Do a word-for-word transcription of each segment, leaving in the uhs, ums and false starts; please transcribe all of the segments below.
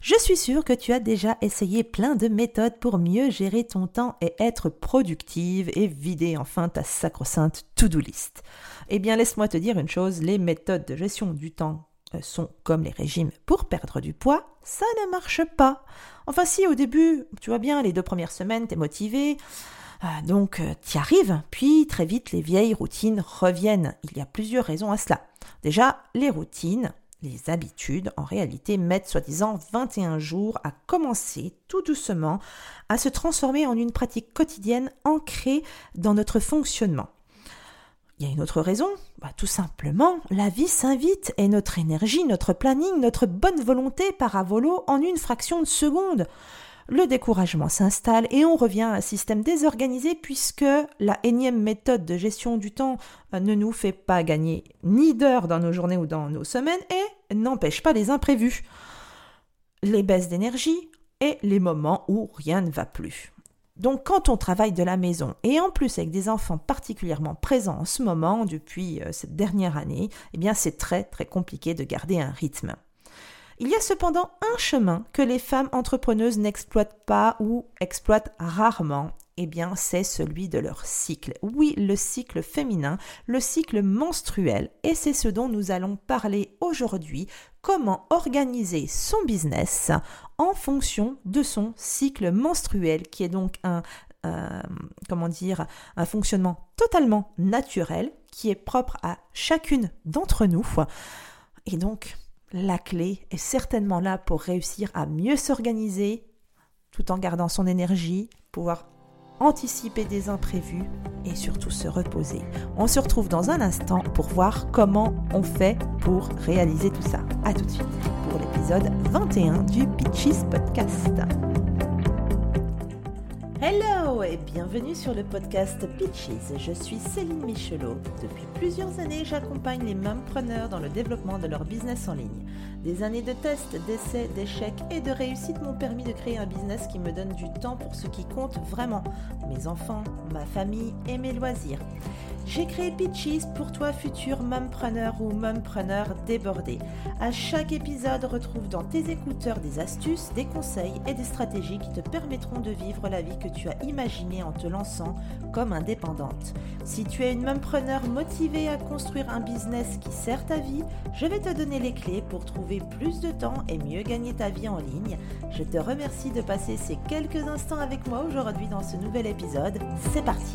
Je suis sûre que tu as déjà essayé plein de méthodes pour mieux gérer ton temps et être productive et vider enfin ta sacro-sainte to-do list. Eh bien, laisse-moi te dire une chose, les méthodes de gestion du temps sont comme les régimes pour perdre du poids, ça ne marche pas. Enfin si, au début, tu vois bien, les deux premières semaines, t'es motivé, euh, donc euh, t'y arrives, puis très vite les vieilles routines reviennent. Il y a plusieurs raisons à cela. Déjà, les routines, les habitudes, en réalité, mettent soi-disant vingt et un jours à commencer tout doucement à se transformer en une pratique quotidienne ancrée dans notre fonctionnement. Il y a une autre raison, bah, tout simplement, la vie s'invite et notre énergie, notre planning, notre bonne volonté part à volo en une fraction de seconde. Le découragement s'installe et on revient à un système désorganisé puisque la énième méthode de gestion du temps ne nous fait pas gagner ni d'heures dans nos journées ou dans nos semaines et n'empêche pas les imprévus, les baisses d'énergie et les moments où rien ne va plus. Donc quand on travaille de la maison et en plus avec des enfants particulièrement présents en ce moment depuis cette dernière année, eh bien c'est très très compliqué de garder un rythme. Il y a cependant un chemin que les femmes entrepreneuses n'exploitent pas ou exploitent rarement, eh bien c'est celui de leur cycle. Oui, le cycle féminin, le cycle menstruel, et c'est ce dont nous allons parler aujourd'hui, comment organiser son business en fonction de son cycle menstruel, qui est donc un, un, comment dire, un fonctionnement totalement naturel, qui est propre à chacune d'entre nous, et donc la clé est certainement là pour réussir à mieux s'organiser tout en gardant son énergie, pouvoir anticiper des imprévus et surtout se reposer. On se retrouve dans un instant pour voir comment on fait pour réaliser tout ça. À tout de suite pour l'épisode vingt et un du Peaches Podcast. Hello et bienvenue sur le podcast Peaches. Je suis Céline Michelot. Depuis plusieurs années, j'accompagne les mompreneurs dans le développement de leur business en ligne. Des années de tests, d'essais, d'échecs et de réussites m'ont permis de créer un business qui me donne du temps pour ce qui compte vraiment, mes enfants, ma famille et mes loisirs. J'ai créé Peaches pour toi futur mompreneur ou mompreneur débordé. À chaque épisode, retrouve dans tes écouteurs des astuces, des conseils et des stratégies qui te permettront de vivre la vie que tu as imaginée en te lançant comme indépendante. Si tu es une mompreneur motivée à construire un business qui sert ta vie, je vais te donner les clés pour trouver plus de temps et mieux gagner ta vie en ligne. Je te remercie de passer ces quelques instants avec moi aujourd'hui dans ce nouvel épisode. C'est parti!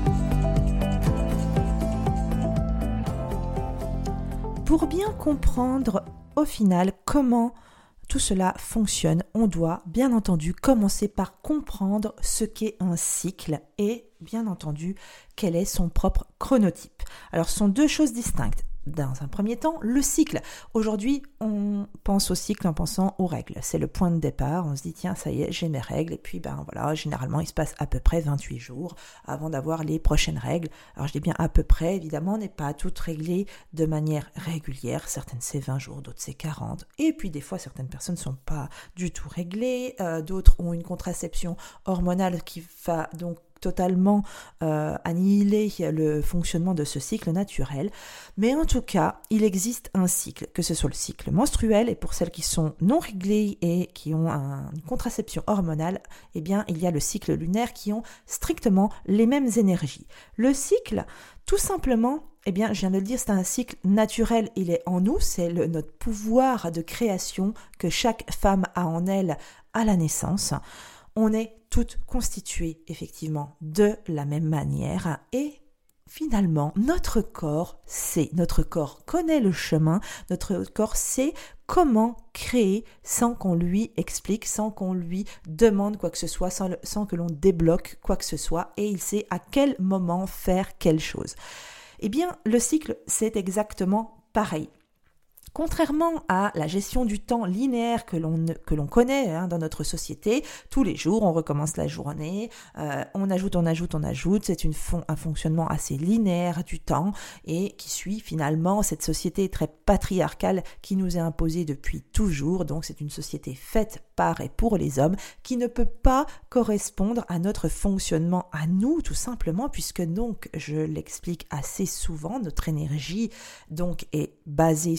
Pour bien comprendre au final comment tout cela fonctionne, on doit bien entendu commencer par comprendre ce qu'est un cycle et bien entendu quel est son propre chronotype. Alors ce sont deux choses distinctes. Dans un premier temps, le cycle. Aujourd'hui, on pense au cycle en pensant aux règles. C'est le point de départ. On se dit, tiens, ça y est, j'ai mes règles. Et puis, ben voilà, généralement, il se passe à peu près vingt-huit jours avant d'avoir les prochaines règles. Alors, je dis bien à peu près. Évidemment, on n'est pas toutes réglées de manière régulière. Certaines, c'est vingt jours, d'autres, c'est quarante. Et puis, des fois, certaines personnes ne sont pas du tout réglées. Euh, d'autres ont une contraception hormonale qui va donc totalement euh, annihiler le fonctionnement de ce cycle naturel. Mais en tout cas, il existe un cycle, que ce soit le cycle menstruel, et pour celles qui sont non réglées et qui ont un, une contraception hormonale, eh bien, il y a le cycle lunaire qui ont strictement les mêmes énergies. Le cycle, tout simplement, eh bien, je viens de le dire, c'est un cycle naturel, il est en nous, c'est le, notre pouvoir de création que chaque femme a en elle à la naissance. On est toutes constituées effectivement de la même manière et finalement notre corps sait, notre corps connaît le chemin, notre corps sait comment créer sans qu'on lui explique, sans qu'on lui demande quoi que ce soit, sans, le, sans que l'on débloque quoi que ce soit et il sait à quel moment faire quelle chose. Eh bien le cycle c'est exactement pareil. Contrairement à la gestion du temps linéaire que l'on, que l'on connaît hein, dans notre société, tous les jours on recommence la journée, euh, on ajoute, on ajoute, on ajoute, c'est une fon- un fonctionnement assez linéaire du temps et qui suit finalement cette société très patriarcale qui nous est imposée depuis toujours, donc c'est une société faite par et pour les hommes qui ne peut pas correspondre à notre fonctionnement à nous tout simplement puisque donc, je l'explique assez souvent, notre énergie donc est basée sur ce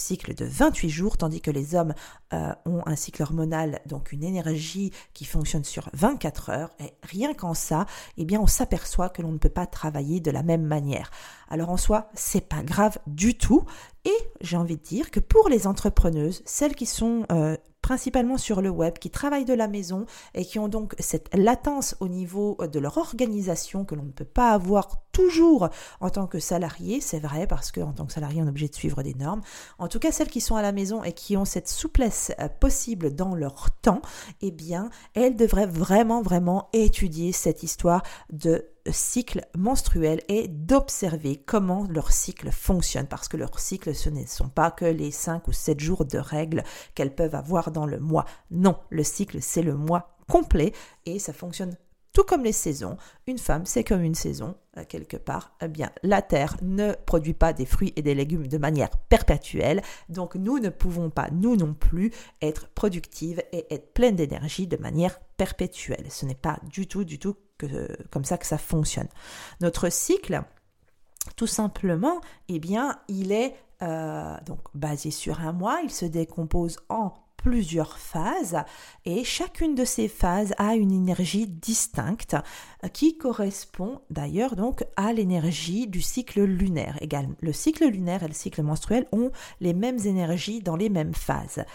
cycle de vingt-huit jours, tandis que les hommes euh, ont un cycle hormonal, donc une énergie qui fonctionne sur vingt-quatre heures. Et rien qu'en ça, eh bien, on s'aperçoit que l'on ne peut pas travailler de la même manière. Alors en soi, c'est pas grave du tout. Et j'ai envie de dire que pour les entrepreneuses, celles qui sont euh, principalement sur le web, qui travaillent de la maison et qui ont donc cette latence au niveau de leur organisation que l'on ne peut pas avoir toujours en tant que salarié, c'est vrai, parce qu'en tant que salarié, on est obligé de suivre des normes. En tout cas, celles qui sont à la maison et qui ont cette souplesse euh, possible dans leur temps, eh bien, elles devraient vraiment, vraiment étudier cette histoire de cycle menstruel et d'observer comment leur cycle fonctionne, parce que leurs cycles, ce ne sont pas que les cinq ou sept jours de règles qu'elles peuvent avoir dans le mois. Non, le cycle, c'est le mois complet et ça fonctionne tout comme les saisons. Une femme, c'est comme une saison, quelque part. Eh bien, la Terre ne produit pas des fruits et des légumes de manière perpétuelle, donc nous ne pouvons pas, nous non plus, être productives et être pleines d'énergie de manière perpétuelle. Ce n'est pas du tout, du tout que, comme ça que ça fonctionne. Notre cycle, tout simplement, eh bien, il est euh, donc basé sur un mois, il se décompose en plusieurs phases et chacune de ces phases a une énergie distincte qui correspond d'ailleurs donc à l'énergie du cycle lunaire également. Le cycle lunaire et le cycle menstruel ont les mêmes énergies dans les mêmes phases.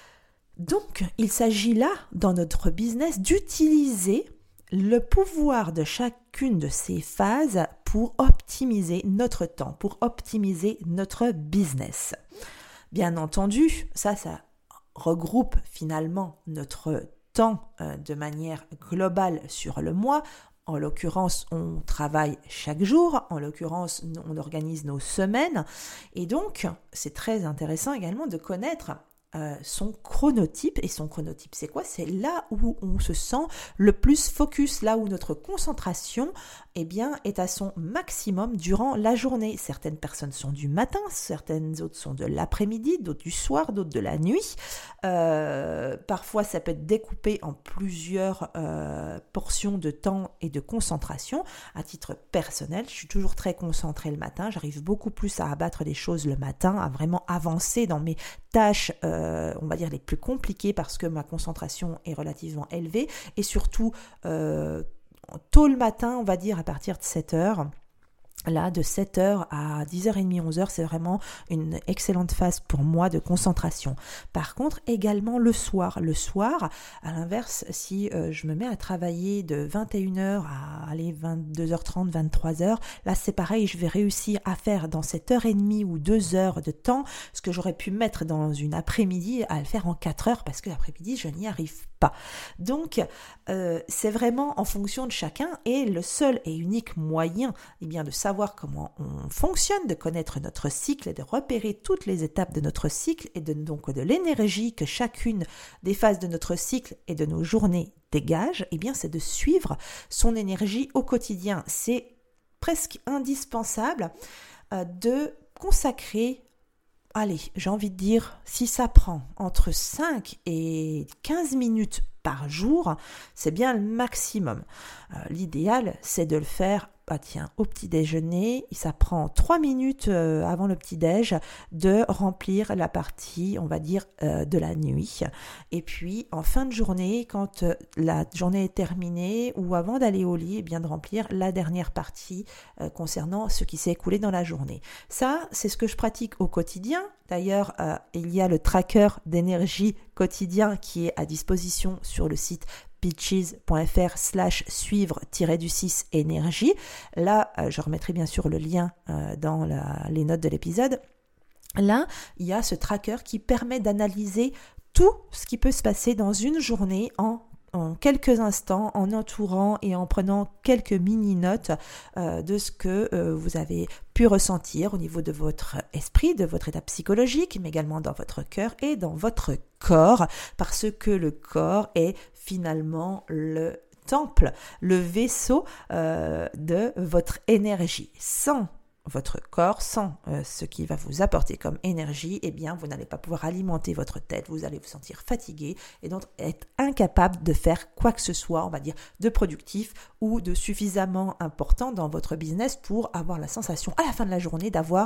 Donc, il s'agit là, dans notre business, d'utiliser le pouvoir de chacune de ces phases pour optimiser notre temps, pour optimiser notre business. Bien entendu, ça, ça regroupe finalement notre temps euh, de manière globale sur le mois. En l'occurrence, on travaille chaque jour, en l'occurrence, on organise nos semaines. Et donc, c'est très intéressant également de connaître Euh, son chronotype. Et son chronotype, c'est quoi? C'est là où on se sent le plus focus, là où notre concentration eh bien, est à son maximum durant la journée. Certaines personnes sont du matin, certaines autres sont de l'après-midi, d'autres du soir, d'autres de la nuit. Euh, parfois, ça peut être découpé en plusieurs euh, portions de temps et de concentration. À titre personnel, je suis toujours très concentrée le matin. J'arrive beaucoup plus à abattre les choses le matin, à vraiment avancer dans mes tâches euh, on va dire les plus compliquées parce que ma concentration est relativement élevée et surtout euh, tôt le matin, on va dire à partir de sept heures. Là, de sept heures à dix heures trente, onze heures, c'est vraiment une excellente phase pour moi de concentration. Par contre, également le soir. Le soir, à l'inverse, si euh, je me mets à travailler de vingt et une heures à aller vingt-deux heures trente, vingt-trois heures, là c'est pareil, je vais réussir à faire dans cette heure et demie ou deux heures de temps ce que j'aurais pu mettre dans une après-midi à le faire en quatre heures parce que l'après-midi, je n'y arrive pas. Donc, euh, c'est vraiment en fonction de chacun et le seul et unique moyen eh bien, de savoir comment on fonctionne, de connaître notre cycle et de repérer toutes les étapes de notre cycle et de, donc de l'énergie que chacune des phases de notre cycle et de nos journées dégage, eh bien, c'est de suivre son énergie au quotidien. C'est presque indispensable euh, de consacrer allez, j'ai envie de dire, si ça prend entre cinq et quinze minutes par jour, c'est bien le maximum. Euh, l'idéal, c'est de le faire ah tiens, au petit déjeuner. Ça prend trois minutes euh, avant le petit déj de remplir la partie, on va dire, euh, de la nuit. Et puis, en fin de journée, quand euh, la journée est terminée ou avant d'aller au lit, eh bien de remplir la dernière partie euh, concernant ce qui s'est écoulé dans la journée. Ça, c'est ce que je pratique au quotidien. D'ailleurs, euh, il y a le tracker d'énergie quotidien qui est à disposition sur le site pitches.fr slash suivre du six énergie. Là, euh, je remettrai bien sûr le lien euh, dans la, les notes de l'épisode. Là, il y a ce tracker qui permet d'analyser tout ce qui peut se passer dans une journée en en quelques instants, en entourant et en prenant quelques mini-notes euh, de ce que euh, vous avez pu ressentir au niveau de votre esprit, de votre état psychologique, mais également dans votre cœur et dans votre corps, parce que le corps est finalement le temple, le vaisseau euh, de votre énergie. Sans votre corps, sans euh, ce qui va vous apporter comme énergie, eh bien, vous n'allez pas pouvoir alimenter votre tête, vous allez vous sentir fatigué et donc être incapable de faire quoi que ce soit, on va dire, de productif ou de suffisamment important dans votre business pour avoir la sensation à la fin de la journée d'avoir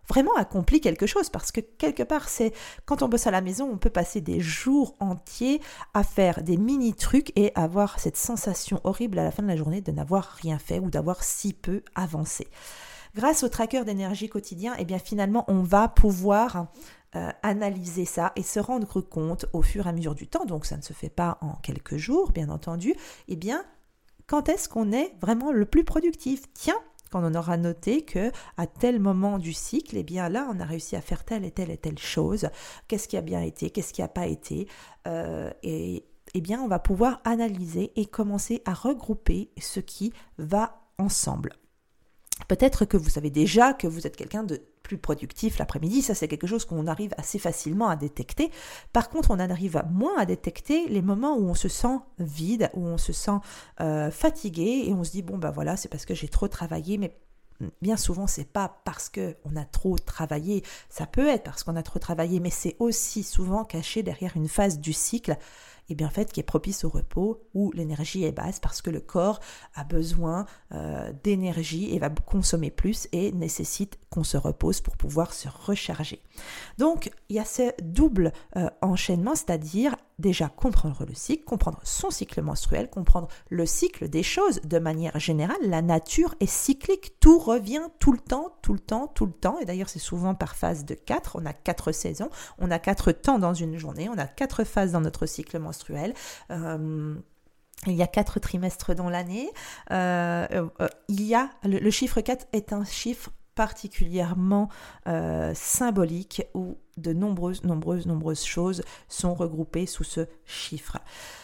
vraiment accompli quelque chose, parce que quelque part, c'est quand on bosse à la maison, on peut passer des jours entiers à faire des mini-trucs et avoir cette sensation horrible à la fin de la journée de n'avoir rien fait ou d'avoir si peu avancé. Grâce au tracker d'énergie quotidien, eh bien finalement, on va pouvoir euh, analyser ça et se rendre compte au fur et à mesure du temps, donc ça ne se fait pas en quelques jours, bien entendu, eh bien, quand est-ce qu'on est vraiment le plus productif ? Tiens, quand on aura noté que à tel moment du cycle, eh bien là, on a réussi à faire telle et telle et telle chose. Qu'est-ce qui a bien été, qu'est-ce qui n'a pas été euh, et eh bien, on va pouvoir analyser et commencer à regrouper ce qui va ensemble. Peut-être que vous savez déjà que vous êtes quelqu'un de plus productif l'après-midi, ça c'est quelque chose qu'on arrive assez facilement à détecter. Par contre, on en arrive moins à détecter les moments où on se sent vide, où on se sent euh, fatigué et on se dit bon ben voilà, c'est parce que j'ai trop travaillé, mais bien souvent c'est pas parce que on a trop travaillé, ça peut être parce qu'on a trop travaillé, mais c'est aussi souvent caché derrière une phase du cycle et bien en fait qui est propice au repos où l'énergie est basse parce que le corps a besoin euh, d'énergie et va consommer plus et nécessite qu'on se repose pour pouvoir se recharger. Donc il y a ce double euh, enchaînement, c'est-à-dire déjà comprendre le cycle, comprendre son cycle menstruel, comprendre le cycle des choses de manière générale. La nature est cyclique, tout revient tout le temps, tout le temps, tout le temps. Et d'ailleurs, c'est souvent par phase de quatre. On a quatre saisons, on a quatre temps dans une journée, on a quatre phases dans notre cycle menstruel. Euh, il y a quatre trimestres dans l'année. Euh, euh, il y a le, le chiffre quatre est un chiffre particulièrement euh, symbolique où de nombreuses, nombreuses, nombreuses choses sont regroupées sous ce chiffre.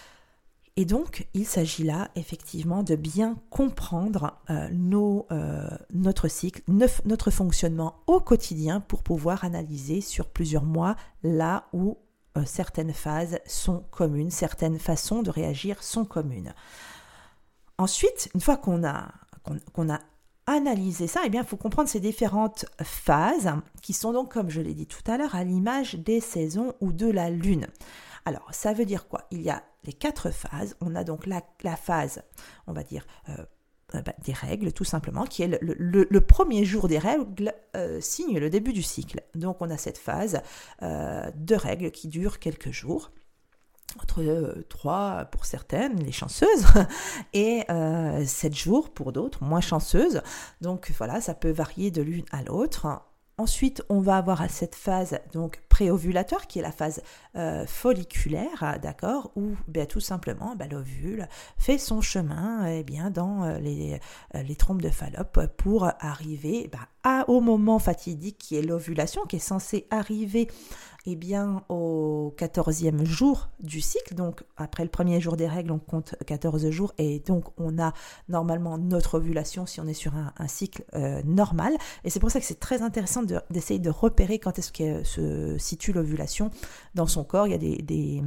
Et donc, il s'agit là, effectivement, de bien comprendre euh, nos, euh, notre cycle, neuf, notre fonctionnement au quotidien pour pouvoir analyser sur plusieurs mois là où euh, certaines phases sont communes, certaines façons de réagir sont communes. Ensuite, une fois qu'on a, qu'on, qu'on a analyser ça, eh bien, il faut comprendre ces différentes phases qui sont donc, comme je l'ai dit tout à l'heure, à l'image des saisons ou de la lune. Alors, ça veut dire quoi ? Il y a les quatre phases. On a donc la, la phase, on va dire, euh, euh, bah, des règles, tout simplement, qui est le, le, le premier jour des règles, euh, signe le début du cycle. Donc, on a cette phase euh, de règles qui dure quelques jours. Entre euh, trois pour certaines, les chanceuses, et euh, sept jours pour d'autres, moins chanceuses. Donc voilà, ça peut varier de l'une à l'autre. Ensuite, on va avoir à cette phase donc préovulatoire, qui est la phase euh, folliculaire, d'accord, où ben, tout simplement ben, l'ovule fait son chemin eh bien, dans euh, les, euh, les trompes de Fallope pour arriver ben, à, au moment fatidique qui est l'ovulation, qui est censé arriver eh bien, au quatorzième jour du cycle. Donc après le premier jour des règles, on compte quatorze jours et donc on a normalement notre ovulation si on est sur un, un cycle euh, normal. Et c'est pour ça que c'est très intéressant de, d'essayer de repérer quand est-ce que se situe l'ovulation dans son corps. Il y a des, des,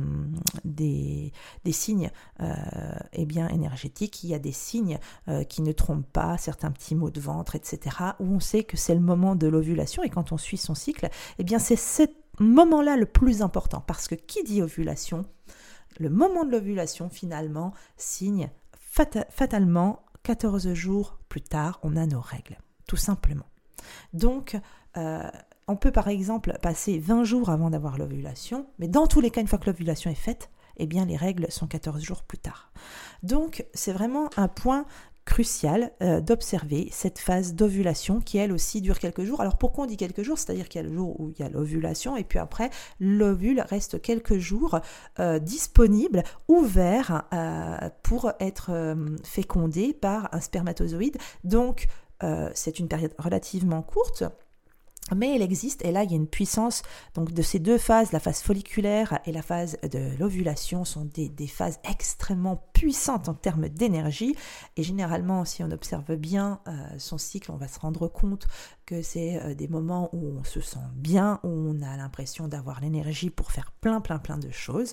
des, des signes euh, eh bien, énergétiques, il y a des signes euh, qui ne trompent pas, certains petits maux de ventre, et cetera, où on sait que c'est le moment de l'ovulation et quand on suit son cycle, eh bien c'est cette moment-là le plus important, parce que qui dit ovulation, le moment de l'ovulation finalement signe fata- fatalement quatorze jours plus tard, on a nos règles, tout simplement. Donc, euh, on peut par exemple passer vingt jours avant d'avoir l'ovulation, mais dans tous les cas, une fois que l'ovulation est faite, eh bien les règles sont quatorze jours plus tard. Donc, c'est vraiment un point crucial euh, d'observer cette phase d'ovulation qui elle aussi dure quelques jours. Alors pourquoi on dit quelques jours ? C'est-à-dire qu'il y a le jour où il y a l'ovulation et puis après l'ovule reste quelques jours euh, disponible, ouvert euh, pour être euh, fécondé par un spermatozoïde. Donc euh, c'est une période relativement courte. Mais elle existe et là il y a une puissance donc de ces deux phases, la phase folliculaire et la phase de l'ovulation sont des, des phases extrêmement puissantes en termes d'énergie et généralement si on observe bien euh, son cycle on va se rendre compte que c'est euh, des moments où on se sent bien, où on a l'impression d'avoir l'énergie pour faire plein plein plein de choses.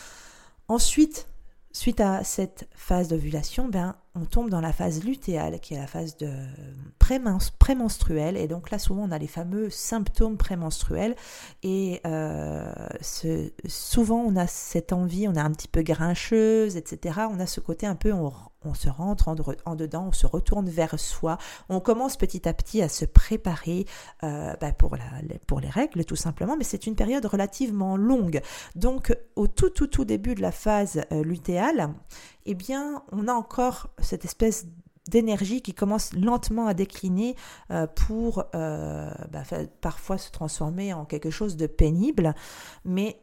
Ensuite, suite à cette phase d'ovulation, ben, on tombe dans la phase lutéale, qui est la phase de prémenstruelle. Et donc là, souvent, on a les fameux symptômes prémenstruels. Et euh, ce, souvent, on a cette envie, on est un petit peu grincheuse, et cetera. On a ce côté un peu, on, on se rentre en, de, en dedans, on se retourne vers soi, on commence petit à petit à se préparer euh, bah pour, la, pour les règles tout simplement, mais c'est une période relativement longue. Donc au tout tout tout début de la phase euh, lutéale, eh bien on a encore cette espèce d'énergie qui commence lentement à décliner euh, pour euh, bah, parfois se transformer en quelque chose de pénible, mais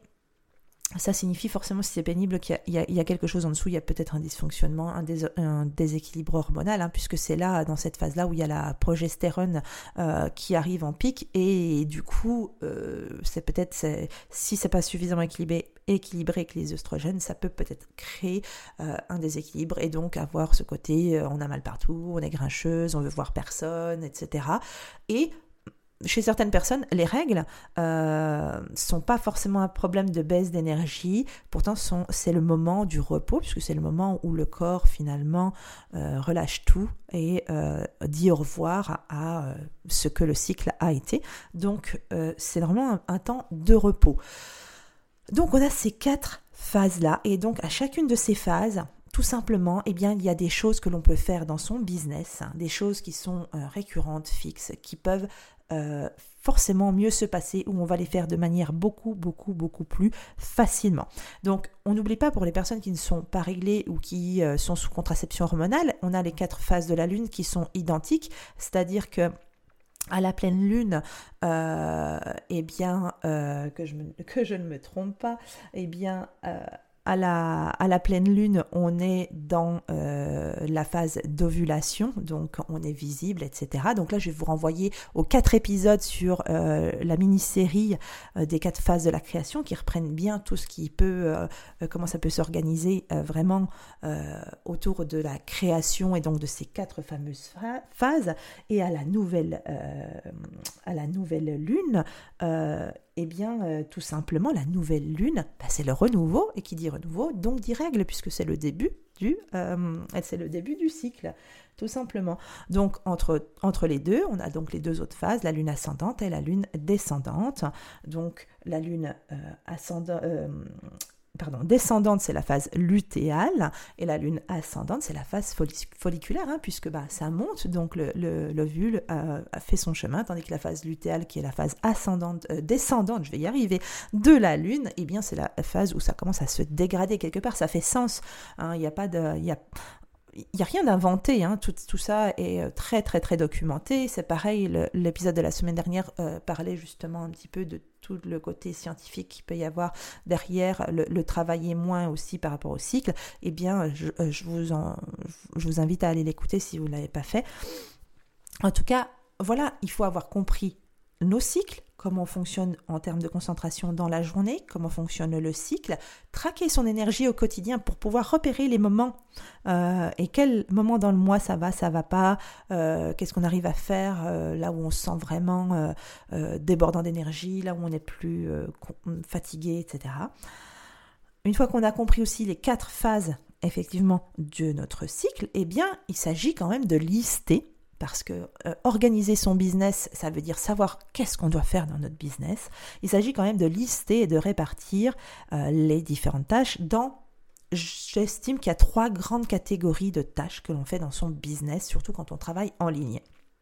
ça signifie forcément, si c'est pénible, qu'il y a, il y a quelque chose en dessous, il y a peut-être un dysfonctionnement, un, dés, un déséquilibre hormonal, hein, puisque c'est là, dans cette phase-là, où il y a la progestérone euh, qui arrive en pic, et du coup, euh, c'est peut-être, c'est, si c'est pas suffisamment équilibré, équilibré avec les œstrogènes, ça peut peut-être créer euh, un déséquilibre, et donc avoir ce côté, euh, on a mal partout, on est grincheuse, on veut voir personne, et cetera. Et chez certaines personnes, les règles euh, sont pas forcément un problème de baisse d'énergie, pourtant sont, c'est le moment du repos, puisque c'est le moment où le corps finalement euh, relâche tout et euh, dit au revoir à, à ce que le cycle a été. Donc euh, c'est normalement un, un temps de repos. Donc on a ces quatre phases-là, et donc à chacune de ces phases, tout simplement, eh bien, il y a des choses que l'on peut faire dans son business, hein, des choses qui sont euh, récurrentes, fixes, qui peuvent euh, forcément mieux se passer, où on va les faire de manière beaucoup, beaucoup, beaucoup plus facilement. Donc, on n'oublie pas pour les personnes qui ne sont pas réglées ou qui euh, sont sous contraception hormonale, on a les quatre phases de la lune qui sont identiques, c'est-à-dire que à la pleine lune, euh, eh bien, euh, que, je me, que je ne me trompe pas, eh bien, euh, À la, à la pleine lune, on est dans euh, la phase d'ovulation, donc on est visible, et cetera. Donc là, je vais vous renvoyer aux quatre épisodes sur euh, la mini-série euh, des quatre phases de la création qui reprennent bien tout ce qui peut, euh, comment ça peut s'organiser euh, vraiment euh, autour de la création et donc de ces quatre fameuses fra- phases. Et à la nouvelle, euh, à la nouvelle lune, euh, eh bien, euh, tout simplement, la nouvelle lune, bah, c'est le renouveau, et qui dit renouveau, donc dit règle, puisque c'est le début du, euh, c'est le début du cycle, tout simplement. Donc, entre, entre les deux, on a donc les deux autres phases, la lune ascendante et la lune descendante. Donc, la lune euh, ascendante... Euh, Pardon, descendante, c'est la phase lutéale, et la lune ascendante, c'est la phase folliculaire, hein, puisque bah, ça monte, donc le, le, l'ovule euh, a fait son chemin, tandis que la phase lutéale, qui est la phase ascendante, euh, descendante, je vais y arriver, de la lune, eh bien c'est la phase où ça commence à se dégrader quelque part, ça fait sens, hein, il n'y a pas de... Y a, Il n'y a rien d'inventé, hein. tout, tout ça est très très très documenté. C'est pareil, le, l'épisode de la semaine dernière euh, parlait justement un petit peu de tout le côté scientifique qu'il peut y avoir derrière, le, le travailler moins aussi par rapport au cycle. Eh bien, je, je, vous en, je vous invite à aller l'écouter si vous ne l'avez pas fait. En tout cas, voilà, il faut avoir compris nos cycles, comment on fonctionne en termes de concentration dans la journée, comment fonctionne le cycle, traquer son énergie au quotidien pour pouvoir repérer les moments euh, et quel moment dans le mois ça va, ça va pas, euh, qu'est-ce qu'on arrive à faire euh, là où on se sent vraiment euh, euh, débordant d'énergie, là où on est plus euh, fatigué, et cetera. Une fois qu'on a compris aussi les quatre phases effectivement de notre cycle, eh bien il s'agit quand même de lister. Parce que euh, organiser son business, ça veut dire savoir qu'est-ce qu'on doit faire dans notre business. Il s'agit quand même de lister et de répartir euh, les différentes tâches dans, j'estime qu'il y a trois grandes catégories de tâches que l'on fait dans son business, surtout quand on travaille en ligne.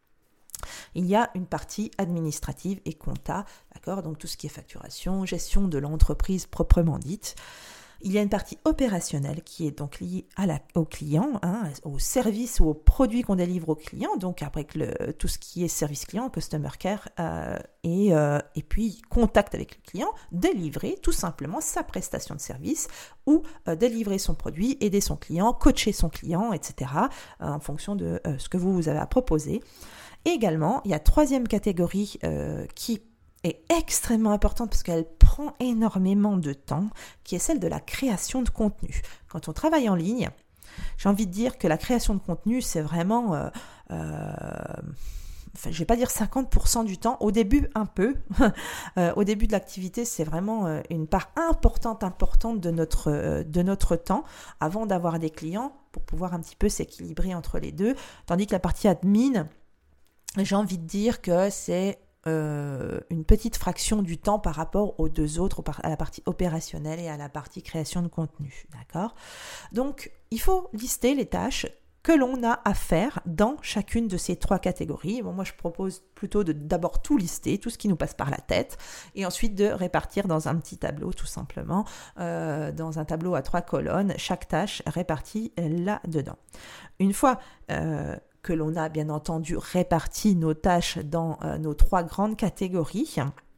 Il y a une partie administrative et compta, d'accord, donc tout ce qui est facturation, gestion de l'entreprise proprement dite. Il y a une partie opérationnelle qui est donc liée à la, au client, hein, au service ou aux produits qu'on délivre au client, donc après le, tout ce qui est service client, customer care, euh, et, euh, et puis contact avec le client, délivrer tout simplement sa prestation de service ou euh, délivrer son produit, aider son client, coacher son client, et cetera, euh, en fonction de euh, ce que vous, vous avez à proposer. Et également, il y a troisième catégorie euh, qui est extrêmement importante parce qu'elle prend énormément de temps, qui est celle de la création de contenu. Quand on travaille en ligne, j'ai envie de dire que la création de contenu, c'est vraiment, euh, euh, enfin, je vais pas dire cinquante pour cent du temps, au début un peu, euh, au début de l'activité, c'est vraiment euh, une part importante, importante de notre, euh, de notre temps, avant d'avoir des clients, pour pouvoir un petit peu s'équilibrer entre les deux, tandis que la partie admin, j'ai envie de dire que c'est euh, une petite fraction du temps par rapport aux deux autres, à la partie opérationnelle et à la partie création de contenu, d'accord ? Donc, il faut lister les tâches que l'on a à faire dans chacune de ces trois catégories. Bon, moi, je propose plutôt de d'abord tout lister, tout ce qui nous passe par la tête, et ensuite de répartir dans un petit tableau, tout simplement, euh, dans un tableau à trois colonnes, chaque tâche répartie là-dedans. Une fois euh, que l'on a bien entendu réparti nos tâches dans euh, nos trois grandes catégories,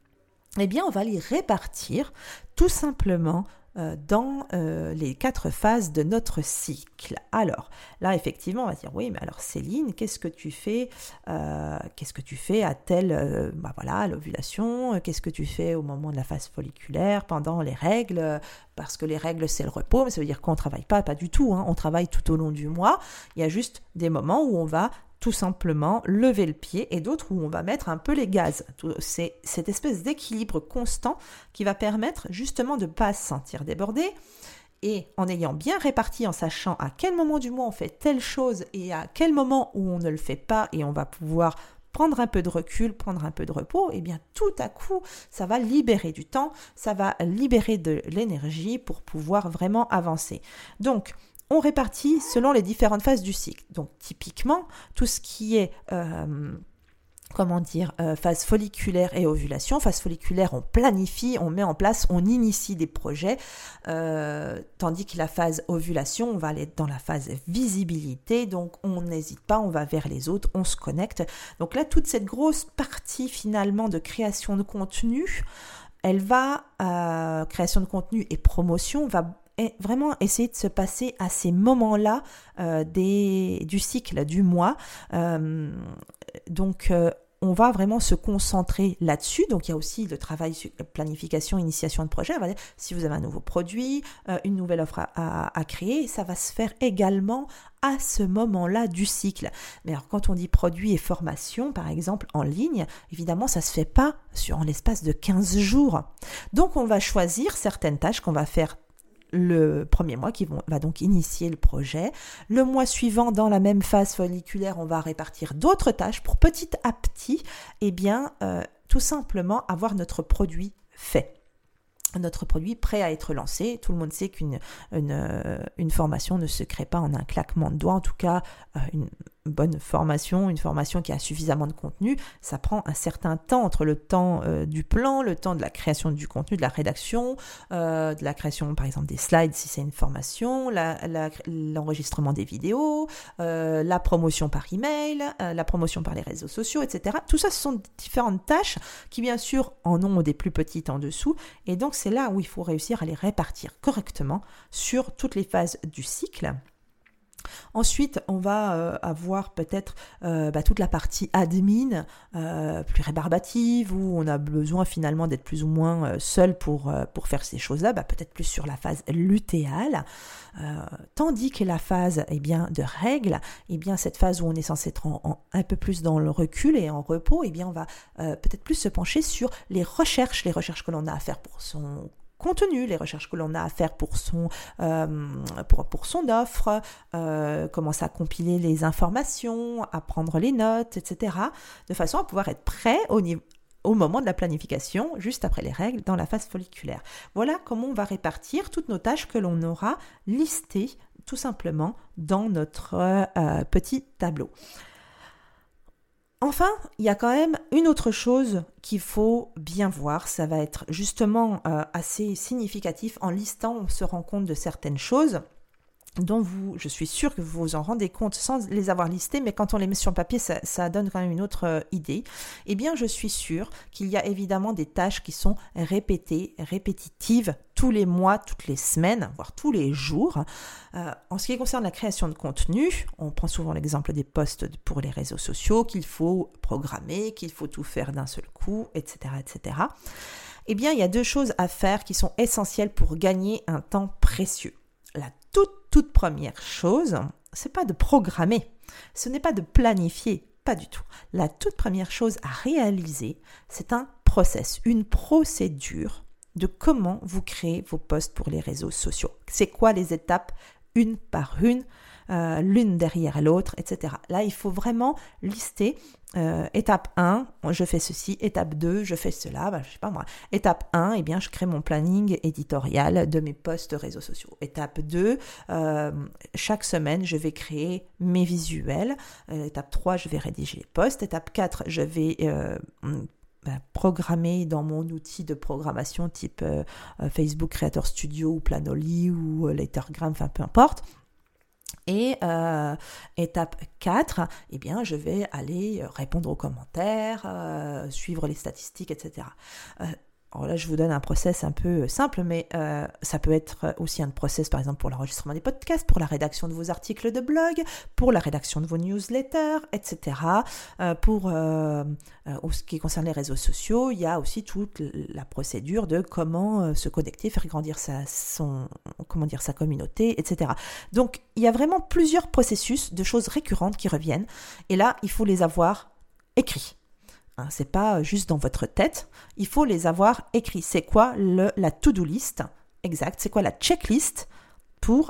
eh bien, on va les répartir tout simplement dans euh, les quatre phases de notre cycle. Alors, là, effectivement, on va dire, oui, mais alors Céline, qu'est-ce que tu fais euh, qu'est-ce que tu fais à telle, euh, bah voilà, à l'ovulation, qu'est-ce que tu fais au moment de la phase folliculaire, pendant les règles, parce que les règles, c'est le repos, mais ça veut dire qu'on ne travaille pas, pas du tout, hein, on travaille tout au long du mois, il y a juste des moments où on va tout simplement lever le pied et d'autres où on va mettre un peu les gaz. C'est cette espèce d'équilibre constant qui va permettre justement de ne pas se sentir débordé et en ayant bien réparti, en sachant à quel moment du mois on fait telle chose et à quel moment où on ne le fait pas et on va pouvoir prendre un peu de recul, prendre un peu de repos, et bien tout à coup, ça va libérer du temps, ça va libérer de l'énergie pour pouvoir vraiment avancer. Donc, on répartit selon les différentes phases du cycle. Donc, typiquement, tout ce qui est, euh, comment dire, euh, phase folliculaire et ovulation. Phase folliculaire, on planifie, on met en place, on initie des projets, euh, tandis que la phase ovulation, on va aller dans la phase visibilité. Donc, on n'hésite pas, on va vers les autres, on se connecte. Donc là, toute cette grosse partie finalement de création de contenu, elle va, euh, création de contenu et promotion, va et vraiment essayer de se passer à ces moments-là euh, des, du cycle, du mois. Euh, donc, euh, on va vraiment se concentrer là-dessus. Donc, il y a aussi le travail sur planification, initiation de projet. On va dire, si vous avez un nouveau produit, euh, une nouvelle offre à, à, à créer, ça va se faire également à ce moment-là du cycle. Mais alors, quand on dit produit et formation, par exemple, en ligne, évidemment, ça ne se fait pas sur, en l'espace de quinze jours. Donc, on va choisir certaines tâches qu'on va faire le premier mois qui vont, va donc initier le projet. Le mois suivant, dans la même phase folliculaire, on va répartir d'autres tâches pour petit à petit, eh bien, euh, tout simplement avoir notre produit fait. Notre produit prêt à être lancé. Tout le monde sait qu'une une, une formation ne se crée pas en un claquement de doigts. En tout cas, une bonne formation, une formation qui a suffisamment de contenu, ça prend un certain temps entre le temps euh, du plan, le temps de la création du contenu, de la rédaction, euh, de la création par exemple des slides si c'est une formation, la, la, l'enregistrement des vidéos, euh, la promotion par email, euh, la promotion par les réseaux sociaux, et cetera. Tout ça, ce sont différentes tâches qui bien sûr en ont des plus petites en dessous et donc c'est là où il faut réussir à les répartir correctement sur toutes les phases du cycle. Ensuite, on va euh, avoir peut-être euh, bah, toute la partie admin, euh, plus rébarbative, où on a besoin finalement d'être plus ou moins euh, seul pour, euh, pour faire ces choses-là, bah, peut-être plus sur la phase lutéale, euh, tandis que la phase eh bien, de règles, eh bien, cette phase où on est censé être en, en, un peu plus dans le recul et en repos, eh bien, on va euh, peut-être plus se pencher sur les recherches, les recherches que l'on a à faire pour son contenu, les recherches que l'on a à faire pour son, euh, pour, pour son offre, euh, commencer à compiler les informations, à prendre les notes, et cetera, de façon à pouvoir être prêt au, niveau, au moment de la planification, juste après les règles, dans la phase folliculaire. Voilà comment on va répartir toutes nos tâches que l'on aura listées tout simplement dans notre euh, petit tableau. Enfin, il y a quand même une autre chose qu'il faut bien voir, ça va être justement euh, assez significatif. En listant, on se rend compte de certaines choses dont vous, je suis sûre que vous vous en rendez compte sans les avoir listées, mais quand on les met sur le papier, ça, ça donne quand même une autre euh, idée. Eh bien, je suis sûre qu'il y a évidemment des tâches qui sont répétées, répétitives, tous les mois, toutes les semaines, voire tous les jours. Euh, en ce qui concerne la création de contenu, on prend souvent l'exemple des posts pour les réseaux sociaux, qu'il faut programmer, qu'il faut tout faire d'un seul coup, et cetera, et cetera. Eh bien, il y a deux choses à faire qui sont essentielles pour gagner un temps précieux. La toute, toute première chose, c'est pas de programmer, ce n'est pas de planifier, pas du tout. La toute première chose à réaliser, c'est un process, une procédure de comment vous créez vos posts pour les réseaux sociaux. C'est quoi les étapes, une par une, euh, l'une derrière l'autre, et cetera. Là, il faut vraiment lister euh, étape un, je fais ceci, étape deux, je fais cela, bah, je sais pas moi. Étape un, eh bien, je crée mon planning éditorial de mes posts réseaux sociaux. Étape deux, euh, chaque semaine, je vais créer mes visuels. Euh, étape trois, je vais rédiger les posts. Étape quatre, je vais euh, ben, programmer dans mon outil de programmation type euh, Facebook Creator Studio ou Planoly ou euh, Lettergram, enfin peu importe. Et euh, étape quatre, eh bien, je vais aller répondre aux commentaires, euh, suivre les statistiques, et cetera. Euh, alors là, je vous donne un process un peu simple, mais euh, ça peut être aussi un process, par exemple, pour l'enregistrement des podcasts, pour la rédaction de vos articles de blog, pour la rédaction de vos newsletters, et cetera. Euh, pour euh, euh, ce qui concerne les réseaux sociaux, il y a aussi toute la procédure de comment euh, se connecter, faire grandir sa, son, comment dire, sa communauté, et cetera. Donc, il y a vraiment plusieurs processus de choses récurrentes qui reviennent, et là, il faut les avoir écrits. Hein, c'est pas juste dans votre tête, il faut les avoir écrits. C'est quoi le, la to-do list exact, c'est quoi la checklist pour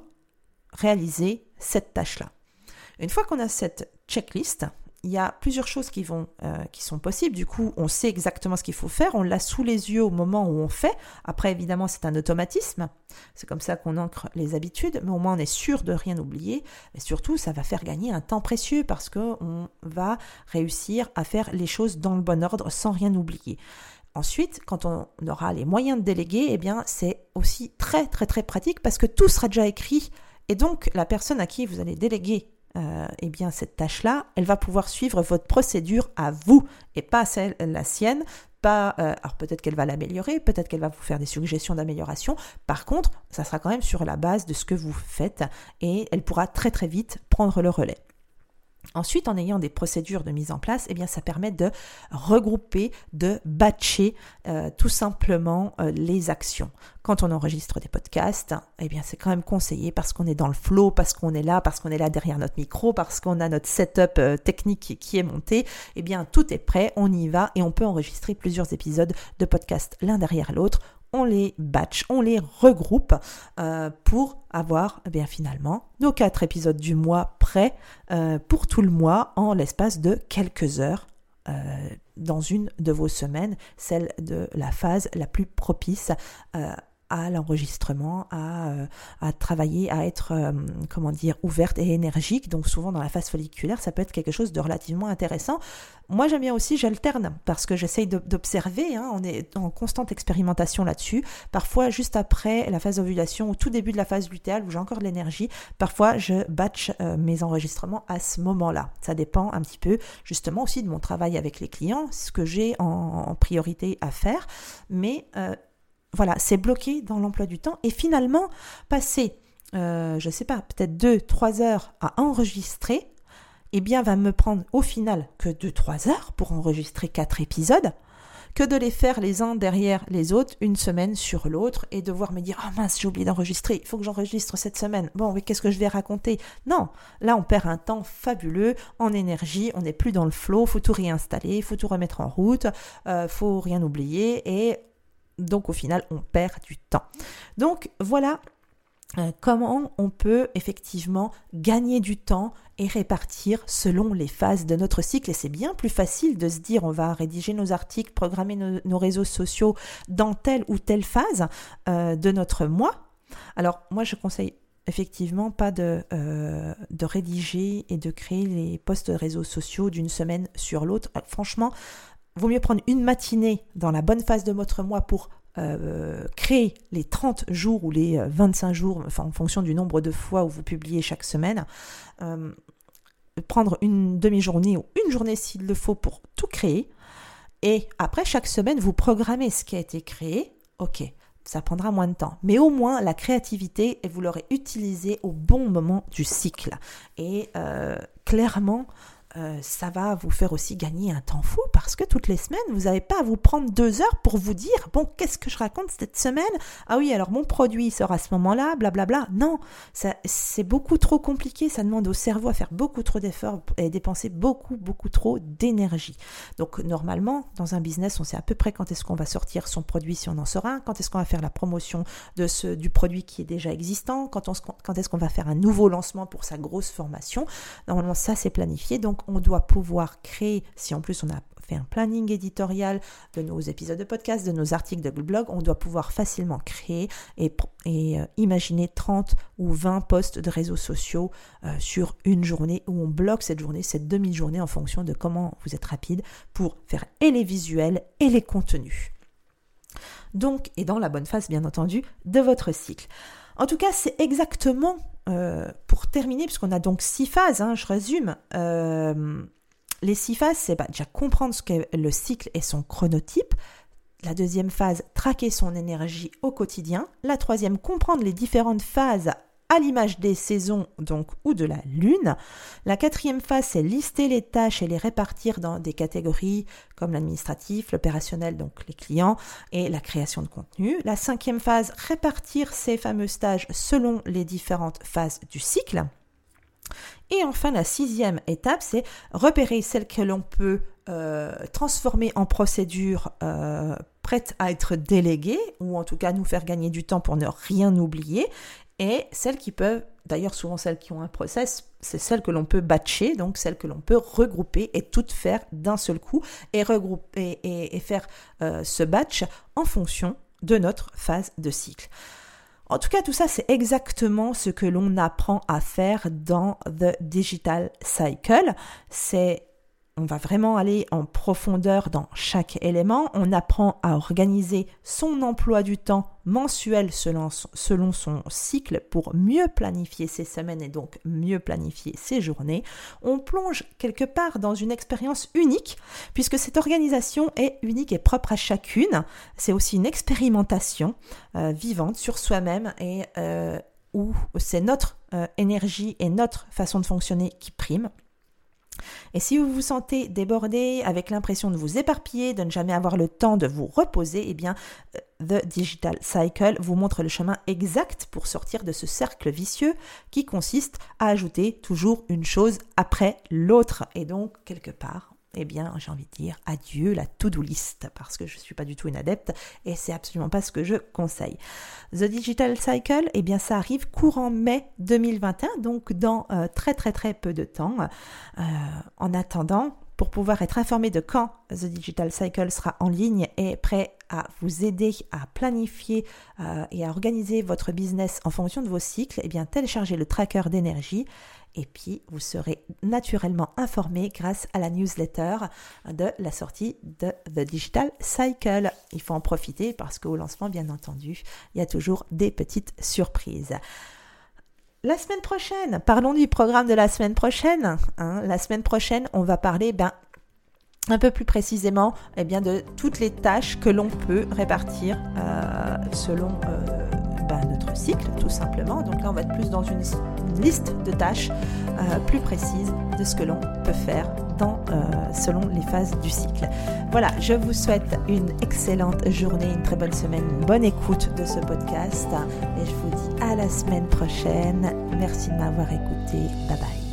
réaliser cette tâche-là. Une fois qu'on a cette checklist, il y a plusieurs choses qui, vont, euh, qui sont possibles. Du coup, on sait exactement ce qu'il faut faire, on l'a sous les yeux au moment où on fait. Après, évidemment, c'est un automatisme. C'est comme ça qu'on ancre les habitudes, mais au moins on est sûr de rien oublier. Et surtout, ça va faire gagner un temps précieux parce qu'on va réussir à faire les choses dans le bon ordre sans rien oublier. Ensuite, quand on aura les moyens de déléguer, eh bien, c'est aussi très, très, très pratique parce que tout sera déjà écrit. Et donc, la personne à qui vous allez déléguer Euh, eh bien cette tâche-là, elle va pouvoir suivre votre procédure à vous et pas celle la sienne. Pas, euh, alors peut-être qu'elle va l'améliorer, peut-être qu'elle va vous faire des suggestions d'amélioration. Par contre, ça sera quand même sur la base de ce que vous faites et elle pourra très très vite prendre le relais. Ensuite, en ayant des procédures de mise en place, eh bien, ça permet de regrouper, de batcher euh, tout simplement euh, les actions. Quand on enregistre des podcasts, eh bien, c'est quand même conseillé parce qu'on est dans le flow, parce qu'on est là, parce qu'on est là derrière notre micro, parce qu'on a notre setup euh, technique qui est monté. Eh bien, tout est prêt, on y va et on peut enregistrer plusieurs épisodes de podcast l'un derrière l'autre. On les batch, on les regroupe euh, pour avoir eh bien, finalement nos quatre épisodes du mois prêts euh, pour tout le mois en l'espace de quelques heures euh, dans une de vos semaines, celle de la phase la plus propice euh, à l'enregistrement, à, euh, à travailler, à être, euh, comment dire, ouverte et énergique. Donc souvent dans la phase folliculaire, ça peut être quelque chose de relativement intéressant. Moi j'aime bien aussi, j'alterne parce que j'essaye de, d'observer, hein, on est en constante expérimentation là-dessus. Parfois juste après la phase d'ovulation, au tout début de la phase lutéale où j'ai encore de l'énergie, parfois je batch euh, mes enregistrements à ce moment-là. Ça dépend un petit peu justement aussi de mon travail avec les clients, ce que j'ai en, en priorité à faire, mais euh, voilà, c'est bloqué dans l'emploi du temps et finalement, passer, euh, je ne sais pas, peut-être deux, trois heures à enregistrer, eh bien, va me prendre au final que deux, trois heures pour enregistrer quatre épisodes, que de les faire les uns derrière les autres, une semaine sur l'autre, et devoir me dire « Ah oh mince, j'ai oublié d'enregistrer, il faut que j'enregistre cette semaine. Bon, oui, qu'est-ce que je vais raconter ?» Non, là, on perd un temps fabuleux, en énergie, on n'est plus dans le flow, il faut tout réinstaller, il faut tout remettre en route, il euh, faut rien oublier, et donc au final, on perd du temps. Donc voilà euh, comment on peut effectivement gagner du temps et répartir selon les phases de notre cycle. Et c'est bien plus facile de se dire on va rédiger nos articles, programmer nos, nos réseaux sociaux dans telle ou telle phase euh, de notre mois. Alors moi je conseille effectivement pas de, euh, de rédiger et de créer les posts de réseaux sociaux d'une semaine sur l'autre. Franchement, vaut mieux prendre une matinée dans la bonne phase de votre mois pour euh, créer les trente jours ou les vingt-cinq jours, enfin en fonction du nombre de fois où vous publiez chaque semaine. Euh, prendre une demi-journée ou une journée s'il le faut pour tout créer. Et après, chaque semaine, vous programmez ce qui a été créé. Ok, ça prendra moins de temps. Mais au moins, la créativité, vous l'aurez utilisée au bon moment du cycle. Et euh, clairement, euh, ça va vous faire aussi gagner un temps fou parce que toutes les semaines, vous n'avez pas à vous prendre deux heures pour vous dire « Bon, qu'est-ce que je raconte cette semaine ? Ah oui, alors mon produit sort à ce moment-là, blablabla. » Non, ça, c'est beaucoup trop compliqué. Ça demande au cerveau à faire beaucoup trop d'efforts et dépenser beaucoup, beaucoup trop d'énergie. Donc, normalement, dans un business, on sait à peu près quand est-ce qu'on va sortir son produit si on en sort un, quand est-ce qu'on va faire la promotion de ce, du produit qui est déjà existant, quand, on, quand est-ce qu'on va faire un nouveau lancement pour sa grosse formation. Normalement, ça, c'est planifié. Donc, on doit pouvoir créer, si en plus on a fait un planning éditorial de nos épisodes de podcast, de nos articles de blog, on doit pouvoir facilement créer et, et euh, imaginer trente ou vingt posts de réseaux sociaux euh, sur une journée où on bloque cette journée, cette demi-journée en fonction de comment vous êtes rapide pour faire et les visuels et les contenus. Donc, et dans la bonne phase, bien entendu, de votre cycle. En tout cas, c'est exactement, euh, pour terminer, puisqu'on a donc six phases, hein, je résume, euh, les six phases, c'est bah, déjà comprendre ce qu'est le cycle et son chronotype. La deuxième phase, traquer son énergie au quotidien. La troisième, comprendre les différentes phases à l'image des saisons donc ou de la lune. La quatrième phase, c'est lister les tâches et les répartir dans des catégories comme l'administratif, l'opérationnel, donc les clients, et la création de contenu. La cinquième phase, répartir ces fameuses tâches selon les différentes phases du cycle. Et enfin, la sixième étape, c'est repérer celles que l'on peut euh, transformer en procédures euh, prêtes à être déléguées, ou en tout cas nous faire gagner du temps pour ne rien oublier, et celles qui peuvent, d'ailleurs souvent celles qui ont un process, c'est celles que l'on peut batcher, donc celles que l'on peut regrouper et toutes faire d'un seul coup, et, regrouper, et, et faire euh, ce batch en fonction de notre phase de cycle. En tout cas, tout ça, c'est exactement ce que l'on apprend à faire dans The Digital Cycle. C'est, on va vraiment aller en profondeur dans chaque élément. On apprend à organiser son emploi du temps mensuel selon, selon son cycle pour mieux planifier ses semaines et donc mieux planifier ses journées. On plonge quelque part dans une expérience unique puisque cette organisation est unique et propre à chacune. C'est aussi une expérimentation euh, vivante sur soi-même et euh, où c'est notre euh, énergie et notre façon de fonctionner qui prime. Et si vous vous sentez débordé, avec l'impression de vous éparpiller, de ne jamais avoir le temps de vous reposer, eh bien, The Digital Cycle vous montre le chemin exact pour sortir de ce cercle vicieux qui consiste à ajouter toujours une chose après l'autre. Et donc, quelque part, eh bien, j'ai envie de dire adieu la to-do list parce que je ne suis pas du tout une adepte et c'est absolument pas ce que je conseille. The Digital Cycle, eh bien, ça arrive courant mai deux mille vingt et un, donc dans euh, très très très peu de temps. Euh, en attendant, pour pouvoir être informé de quand The Digital Cycle sera en ligne et prêt à vous aider à planifier euh, et à organiser votre business en fonction de vos cycles, eh bien, téléchargez le tracker d'énergie. Et puis, vous serez naturellement informé grâce à la newsletter de la sortie de The Digital Cycle. Il faut en profiter parce qu'au lancement, bien entendu, il y a toujours des petites surprises. La semaine prochaine, parlons du programme de la semaine prochaine. Hein. La semaine prochaine, on va parler ben, un peu plus précisément eh bien, de toutes les tâches que l'on peut répartir euh, selon euh, ben, notre cycle, tout simplement. Donc là, on va être plus dans une, une liste de tâches euh, plus précises de ce que l'on peut faire dans, euh, selon les phases du cycle. Voilà, je vous souhaite une excellente journée, une très bonne semaine, une bonne écoute de ce podcast et je vous dis à la semaine prochaine. Merci de m'avoir écouté. Bye bye.